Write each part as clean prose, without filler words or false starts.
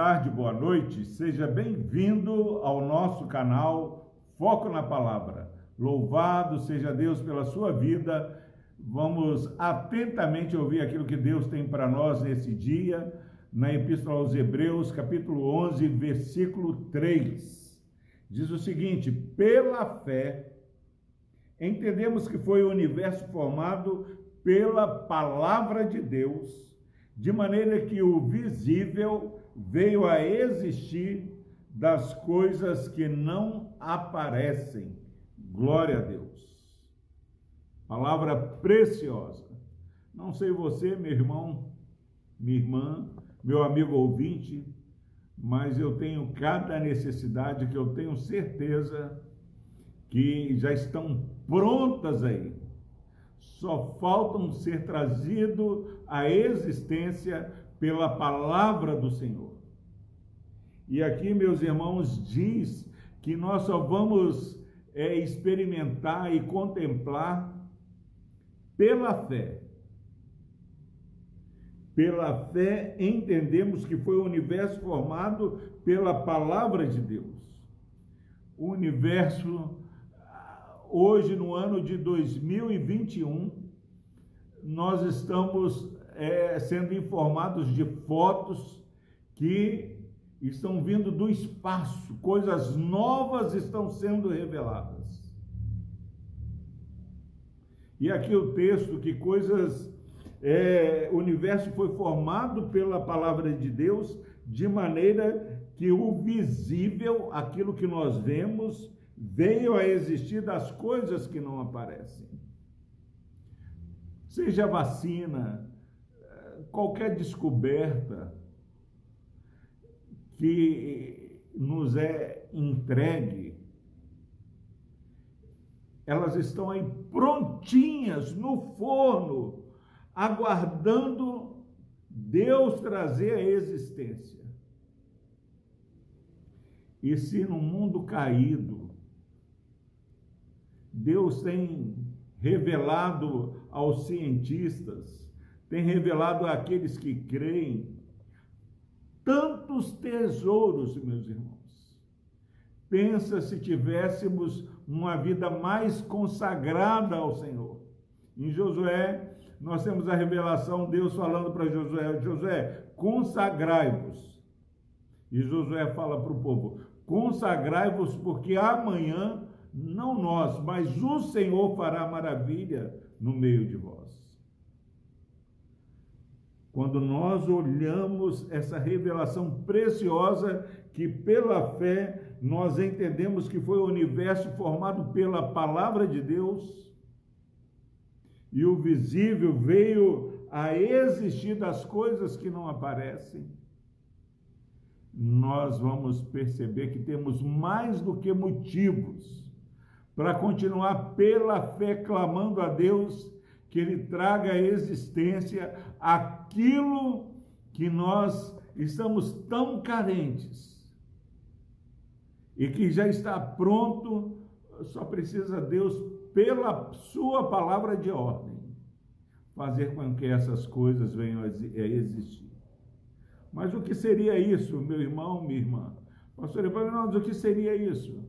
tarde, boa noite, seja bem-vindo ao nosso canal Foco na Palavra. Louvado seja Deus pela sua vida. Vamos atentamente ouvir aquilo que Deus tem para nós nesse dia, na Epístola aos Hebreus, capítulo 11, versículo 3. Diz o seguinte: pela fé, entendemos que foi o universo formado pela palavra de Deus, de maneira que o visível veio a existir das coisas que não aparecem. Glória a Deus. Palavra preciosa. Não sei você, meu irmão, minha irmã, meu amigo ouvinte, mas eu tenho cada necessidade que eu tenho certeza que já estão prontas aí. Só faltam ser trazido à existência pela palavra do Senhor. E aqui, meus irmãos, diz que nós só vamos experimentar e contemplar pela fé. Pela fé entendemos que foi o universo formado pela palavra de Deus. O universo, hoje no ano de 2021, nós estamos sendo informados de fotos que estão vindo do espaço, coisas novas estão sendo reveladas. E aqui o texto que o universo foi formado pela palavra de Deus, de maneira que o visível, aquilo que nós vemos, veio a existir das coisas que não aparecem. Seja vacina, qualquer descoberta que nos é entregue, elas estão aí prontinhas no forno, aguardando Deus trazer a existência. E se no mundo caído, Deus tem revelado aos cientistas, tem revelado àqueles que creem, tantos tesouros, meus irmãos. Pensa se tivéssemos uma vida mais consagrada ao Senhor. Em Josué, nós temos a revelação, Deus falando para Josué: Josué, consagrai-vos. E Josué fala para o povo: consagrai-vos, porque amanhã, não nós, mas o Senhor fará maravilha no meio de vós. Quando nós olhamos essa revelação preciosa, que pela fé nós entendemos que foi o universo formado pela palavra de Deus, e o visível veio a existir das coisas que não aparecem, nós vamos perceber que temos mais do que motivos para continuar pela fé clamando a Deus que Ele traga à existência aquilo que nós estamos tão carentes e que já está pronto, só precisa Deus, pela sua palavra de ordem, fazer com que essas coisas venham a existir. Mas o que seria isso, meu irmão, minha irmã? Pastor Evangelho, o que seria isso?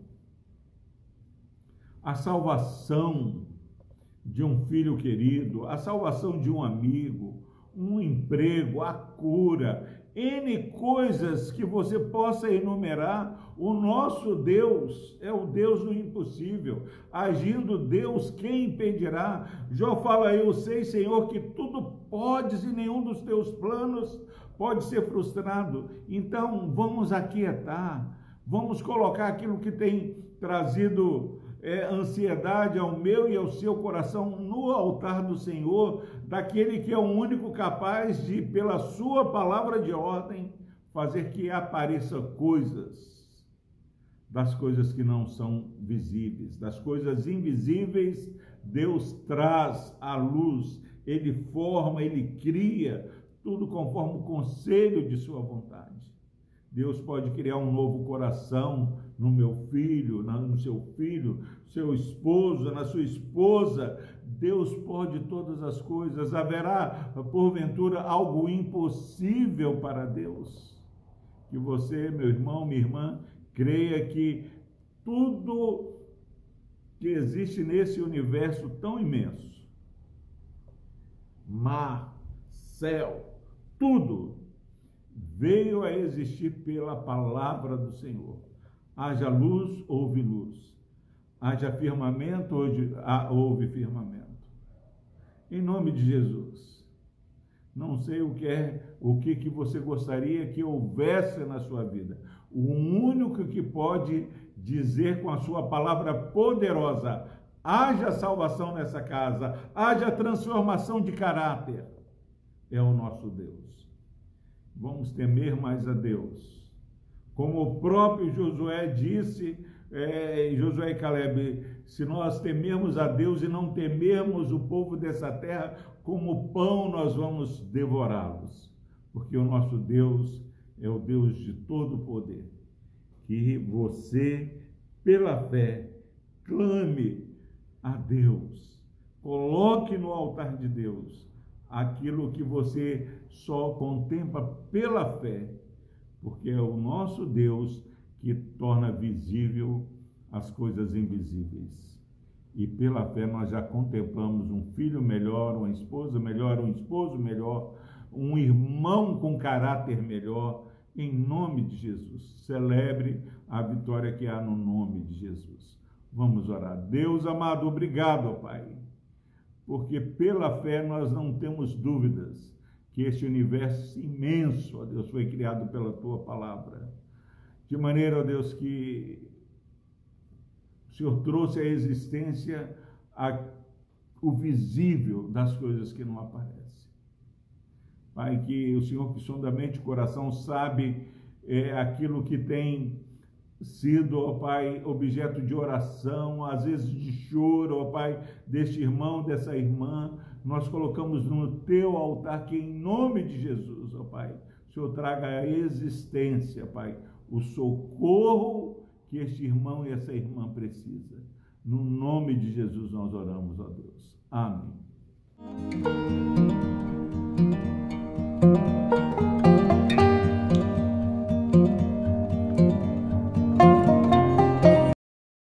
A salvação de um filho querido, a salvação de um amigo, um emprego, a cura, N coisas que você possa enumerar. O nosso Deus é o Deus do impossível. Agindo Deus, quem impedirá? Jó fala: eu sei, Senhor, que tudo podes e nenhum dos teus planos pode ser frustrado. Então, vamos aquietar, vamos colocar aquilo que tem trazido ansiedade ao meu e ao seu coração no altar do Senhor, daquele que é o único capaz de, pela sua palavra de ordem, fazer que apareça coisas, das coisas que não são visíveis, das coisas invisíveis. Deus traz à luz, Ele forma, Ele cria, tudo conforme o conselho de sua vontade. Deus pode criar um novo coração no meu filho, no seu filho, seu esposo, na sua esposa. Deus pode todas as coisas. Haverá, porventura, algo impossível para Deus? que você, meu irmão, minha irmã, creia que tudo que existe nesse universo tão imenso, mar, céu, tudo veio a existir pela palavra do Senhor. Haja luz, houve luz. Haja firmamento, houve firmamento. Em nome de Jesus. Não sei o que você gostaria que houvesse na sua vida. O único que pode dizer com a sua palavra poderosa: haja salvação nessa casa, haja transformação de caráter, é o nosso Deus. Vamos temer mais a Deus. Como o próprio Josué disse, Josué e Caleb, se nós temermos a Deus e não temermos o povo dessa terra, como pão nós vamos devorá-los, porque o nosso Deus é o Deus de todo poder. Que você, pela fé, clame a Deus, coloque no altar de Deus aquilo que você só contempla pela fé, porque é o nosso Deus que torna visível as coisas invisíveis. E pela fé nós já contemplamos um filho melhor, uma esposa melhor, um esposo melhor, um irmão com caráter melhor, em nome de Jesus. Celebre a vitória que há no nome de Jesus. Vamos orar. Deus amado, obrigado, ó Pai, porque pela fé nós não temos dúvidas que este universo imenso, ó Deus, foi criado pela Tua palavra. De maneira, ó Deus, que o Senhor trouxe à existência o visível das coisas que não aparecem. Pai, que o Senhor, que sonda a mente e o coração, sabe aquilo que tem sido, ó Pai, objeto de oração, às vezes de choro, ó Pai, deste irmão, dessa irmã, nós colocamos no Teu altar, que em nome de Jesus, ó Pai, o Senhor traga à existência, Pai, o socorro que este irmão e essa irmã precisa. No nome de Jesus nós oramos, ó Deus. Amém.